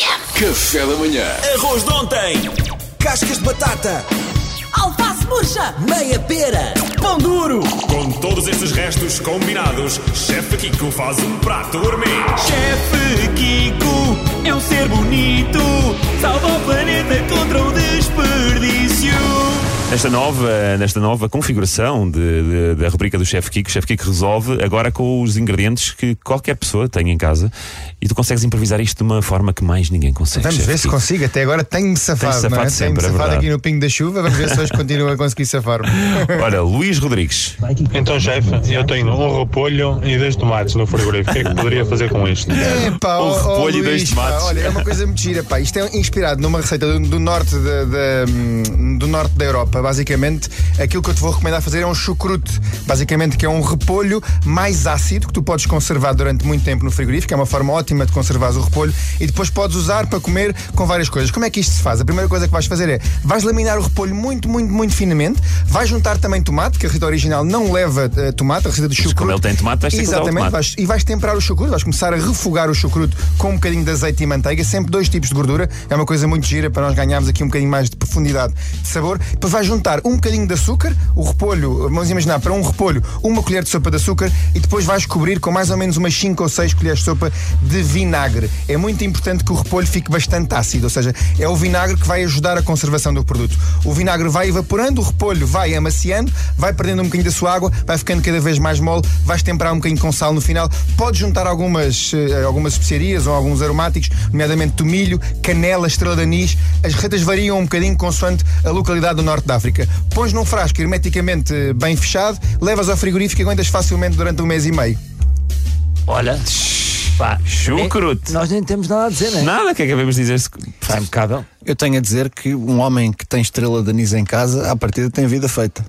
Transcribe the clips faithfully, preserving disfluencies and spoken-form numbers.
Café da manhã. Arroz de ontem. Cascas de batata. Alface murcha. Meia pera. Pão duro. Com todos estes restos combinados, Chefe Kiko faz um prato gourmet. Chefe Kiko é um ser bonito. Salva o planeta contra o desperdício. Nesta nova, nesta nova configuração de, de, da rubrica do Chefe Kiko, o Chefe Kiko resolve agora com os ingredientes que qualquer pessoa tem em casa e tu consegues improvisar isto de uma forma que mais ninguém consegue. Vamos ver se Kiko. consigo. Até agora tenho-me safado, Tenho-me não é? safado sempre, Tenho-me é safado verdade. aqui no pingo da chuva. Vamos ver se hoje continuo a conseguir safar-me. Olha, Luís Rodrigues. Então, chefe, eu tenho um repolho e dois tomates no frigorífico. O que é que poderia fazer com isto? É, pá, Um ó, ó, repolho e Luís, dois tomates. pá, olha, é uma coisa muito gira, pá. Isto é inspirado numa receita do, do norte da- da- do norte da Europa. Basicamente, aquilo que eu te vou recomendar fazer é um chucrute. Basicamente, que é um repolho mais ácido que tu podes conservar durante muito tempo no frigorífico. É uma forma ótima de conservar o repolho e depois podes usar para comer com várias coisas. Como é que isto se faz? A primeira coisa que vais fazer é vais laminar o repolho muito, muito, muito finamente. Vais juntar também tomate, que a receita original não leva eh, tomate, a receita do chucrute. como ele tem tomate, vais ter que usar o Exatamente, tomate. vais- e vais temperar o chucrute, vais começar a refogar o chucrute com um bocadinho de azeite e manteiga, sempre dois tipos de gordura, é uma coisa muito gira para nós ganharmos aqui um bocadinho mais de profundidade de sabor. Depois vais juntar um bocadinho de açúcar, o repolho, vamos imaginar, para um repolho, uma colher de sopa de açúcar e depois vais cobrir com mais ou menos umas cinco ou seis colheres de sopa de vinagre. É muito importante que o repolho fique bastante ácido, ou seja, é o vinagre que vai ajudar a conservação do produto. O vinagre vai evaporando, o repolho vai amaciando, vai perdendo um bocadinho da sua água, vai ficando cada vez mais mole, vais temperar um bocadinho com sal no final, podes juntar algumas, eh, algumas especiarias ou alguns aromáticos, nomeadamente tomilho, canela, estrela de anis. As receitas variam um bocadinho consoante a localidade do norte da África. Pões num frasco hermeticamente eh, bem fechado, levas ao frigorífico e aguentas facilmente durante um mês e meio. Olha, pá, Chucrute. nós nem temos nada a dizer, não é? Nada, o que é que devemos dizer? Está impecável. Eu tenho a dizer que um homem que tem estrela de anis em casa, à partida tem vida feita.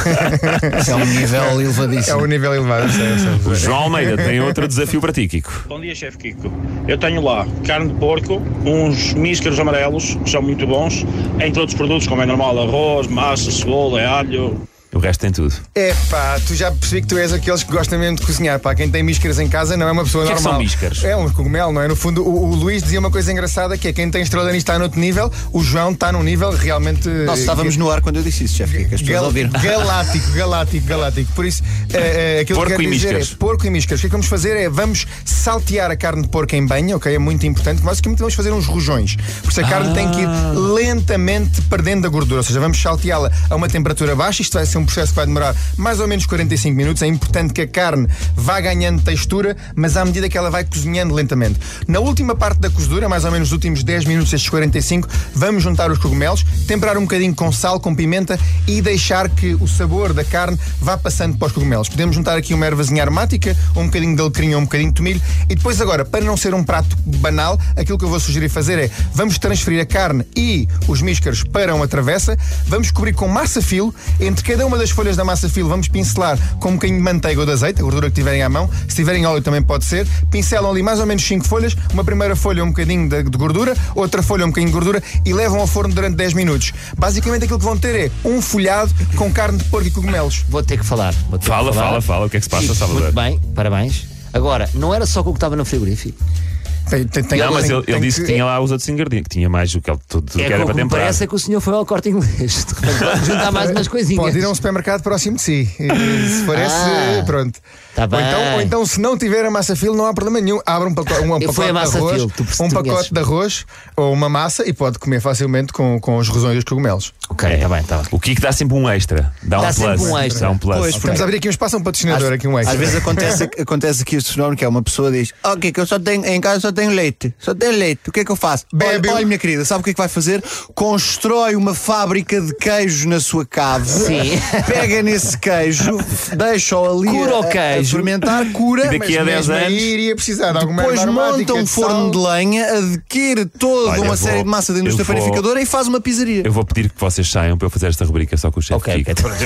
É um nível É elevadíssimo. o nível elevado, sei, sei, sei. O João Almeida tem outro desafio para ti, Kiko. Bom dia, chefe Kiko. Eu tenho lá carne de porco, uns míscaros amarelos, que são muito bons, entre outros produtos, como é normal, arroz, massa, cebola, alho. O resto tem tudo. É pá, tu já percebi que tu és aqueles que gostam mesmo de cozinhar. Pá, quem tem míscaros em casa não é uma pessoa O que é que normal. são míscaros? É um cogumelo, não é? No fundo, o, o Luís dizia uma coisa engraçada que é quem tem estrela de anis está noutro nível, o João está num nível realmente. Nós estávamos eh, no ar quando eu disse isso, chefe, que as pessoas Gal- ouviram. galáctico, galáctico, galáctico. Por isso, eh, eh, aquilo Porco que eu e quero dizer míscaros. é porco e míscaros. O que é que vamos fazer é vamos saltear a carne de porco em banho, ok? É muito importante. Basicamente vamos fazer uns rojões. Por isso a carne tem que ir lentamente perdendo a gordura, ou seja, vamos salteá-la a uma temperatura baixa. Isto vai ser um processo que vai demorar mais ou menos quarenta e cinco minutos. É importante que a carne vá ganhando textura, mas à medida que ela vai cozinhando lentamente. Na última parte da cozedura, mais ou menos nos últimos dez minutos, estes quarenta e cinco, vamos juntar os cogumelos, temperar um bocadinho com sal, com pimenta e deixar que o sabor da carne vá passando para os cogumelos. Podemos juntar aqui uma ervazinha aromática, um bocadinho de alecrim ou um bocadinho de tomilho e depois agora, para não ser um prato banal, aquilo que eu vou sugerir fazer é, vamos transferir a carne e os míscaros para uma travessa, vamos cobrir com massa filo, entre cada uma das folhas da massa filo vamos pincelar com um bocadinho de manteiga ou de azeite, a gordura que tiverem à mão, se tiverem óleo também pode ser, pincelam ali mais ou menos cinco folhas, uma primeira folha um bocadinho de, de gordura, outra folha um bocadinho de gordura e levam ao forno durante dez minutos. Basicamente aquilo que vão ter é um folhado com carne de porco e cogumelos. Vou ter que falar. Vou ter Fala, que falar. fala, fala. O que é que se passa, Kiko, Salvador? muito bem, parabéns. Agora, não era só com o que estava no frigorífico. Tem, tem, tem- Não, mas tem- ele, ele tem disse que tinha lá os outros ingredientes, que tinha mais do que, ele- tudo, tudo É que era que o para que me temperar. parece é que o senhor foi ao Corte Inglês. De repente, pode juntar mais umas coisinhas. Pode ir a um supermercado próximo de si. E se for esse, Ah, pronto. tá ou, bem. então, ou então, se não tiver a massa filo, não há problema nenhum. Abre um pacote, um, um Eu pacote fui a de massa arroz, filo, tu um percebes. pacote de arroz ou uma massa e pode comer facilmente com, com os rosões e os cogumelos. Ok, está bem, está bem. O Kiko dá sempre um extra. Dá, Dá um sempre plus. um extra. Dá um plus. Pois, Estamos a abrir aqui um espaço, um patrocinador, aqui um extra. Às vezes acontece, acontece aqui este fenómeno que é uma pessoa diz: ok, que eu só tenho, em casa só tenho leite, só tenho leite, o que é que eu faço? Bebe. Olha, olha, minha querida, sabe o que é que vai fazer? Constrói uma fábrica de queijos na sua cave, Sim. pega nesse queijo, deixa-o ali Cura a, o queijo. a fermentar, cura, E daqui a dez Mesmo anos. aí iria precisar de alguma depois erva aromática, monta um de forno sal. de lenha, adquire toda Olha, uma eu série vou- de massa da indústria eu vou- panificadora e faz uma pizzaria. Eu vou pedir que vocês saiam para eu fazer esta rubrica só com o chefe Ok, Kiko. ok.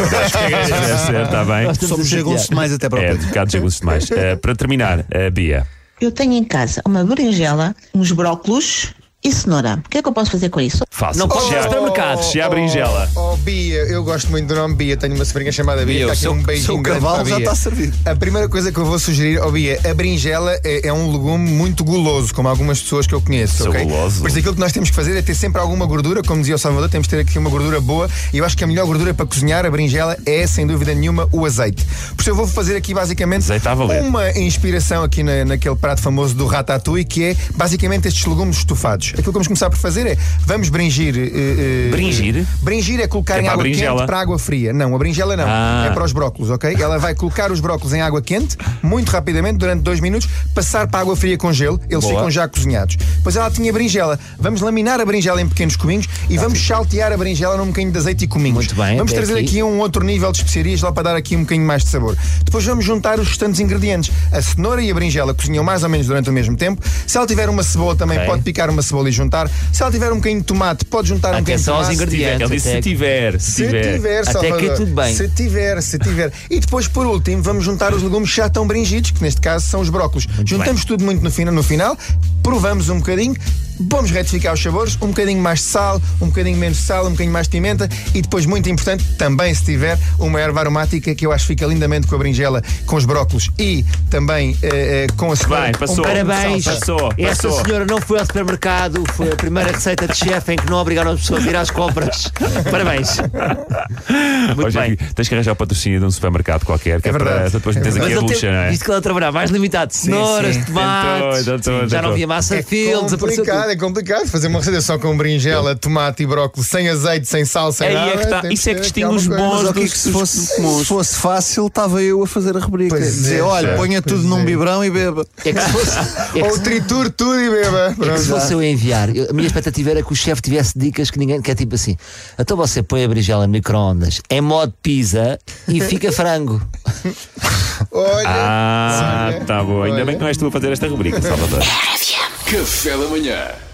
Está bem? Nós estamos Somos a chatear. jagunços demais até para o É, Pedro. bocados jagunços demais. Eh, para terminar, a Bia. Eu tenho em casa uma berinjela, uns brócolos e cenoura. O que é que eu posso fazer com isso? Fácil. Não pode ir ao Rechear- supermercado. rechear a berinjela. Oh, Bia, eu gosto muito do nome Bia. Tenho uma sobrinha chamada Bia. Bia, Está o aqui seu- um beijinho seu grande cavalo para a já Bia. está servido. A primeira coisa que eu vou sugerir, oh Bia, a berinjela é, é um legume muito guloso, como algumas pessoas que eu conheço. Sou ok? guloso. Por isso aquilo que nós temos que fazer é ter sempre alguma gordura, como dizia o Salvador, temos que ter aqui uma gordura boa. E eu acho que a melhor gordura para cozinhar a berinjela é, sem dúvida nenhuma, o azeite. Por isso eu vou fazer aqui basicamente Azeite a valer. uma inspiração aqui na, naquele prato famoso do ratatouille, que é basicamente estes legumes estufados. Aquilo que vamos começar por fazer é, vamos bringir... eh, eh, Bringir? Bringir é colocar É em para a água berinjela. quente para água fria. Não, a berinjela não. Ah. É para os brócolos, ok? Ela vai colocar os brócolos em água quente, muito rapidamente, durante dois minutos, passar para a água fria com gelo, eles Boa. ficam já cozinhados. Depois ela tinha berinjela. Vamos laminar a berinjela em pequenos cubinhos e vamos saltear a berinjela num bocadinho de azeite e cominhos. Muito bem, Vamos até trazer aqui. aqui um outro nível de especiarias lá para dar aqui um bocadinho mais de sabor. Depois vamos juntar os restantes ingredientes. A cenoura e a berinjela cozinham mais ou menos durante o mesmo tempo. Se ela tiver uma cebola também, Ok. pode picar uma cebola e juntar. Se ela tiver um bocadinho de tomate, pode juntar um bocadinho de Atenção aos tomate. ingredientes. Ele disse até se tiver, se Se tiver. tiver, Até Salvador. aqui tudo bem. Se tiver, se tiver. E depois, por último, vamos juntar os legumes que já estão bringidos, que neste caso são os brócolos. Juntamos tudo muito no final, no final, provamos um bocadinho, vamos retificar os sabores, um bocadinho mais de sal, um bocadinho menos de sal, um bocadinho mais de pimenta e depois, muito importante, também se tiver uma erva aromática que eu acho que fica lindamente com a berinjela, com os brócolos e também eh, eh, com a cenoura. Bem, passou. Um bocadinho de Parabéns. salsa. Passou, Essa passou. senhora não foi ao supermercado, foi a primeira receita de chefe em que não obrigaram as pessoas a ir às compras. Parabéns. Muito Hoje bem. aqui, tens que arranjar o patrocínio de um supermercado qualquer, que é, verdade. para depois É meteres aqui Mas a ele bucha, teve, não é? visto que ela a trabalhar mais limitado, cenouras, sim. tomates, Tentou, tentou, já não tentou. havia massa É fil, desapareceu complicado, tudo. é complicado fazer uma receita só com berinjela, tomate e brócolis, sem azeite, sem sal, sem Aí nada. é que tá. Temos Isso é que ter aqui distingue os alguma coisa. bons Mas o que é dos- que se fosse, se fosse fácil, estava eu a fazer a rubrica. Pois Dizer, é, olha, chefe, ponha pois tudo num é. biberão e beba. É que se fosse, é que Ou se- triture tudo e beba. é que Pronto. se fosse eu a enviar, eu- a minha expectativa era que o chefe tivesse dicas que ninguém, que é tipo assim: então você põe a berinjela no micro-ondas em modo pizza e fica frango. Olha. Ah, olha, tá bom. Ainda olha. bem que não és tu a fazer esta rubrica, Salvador. Café da manhã.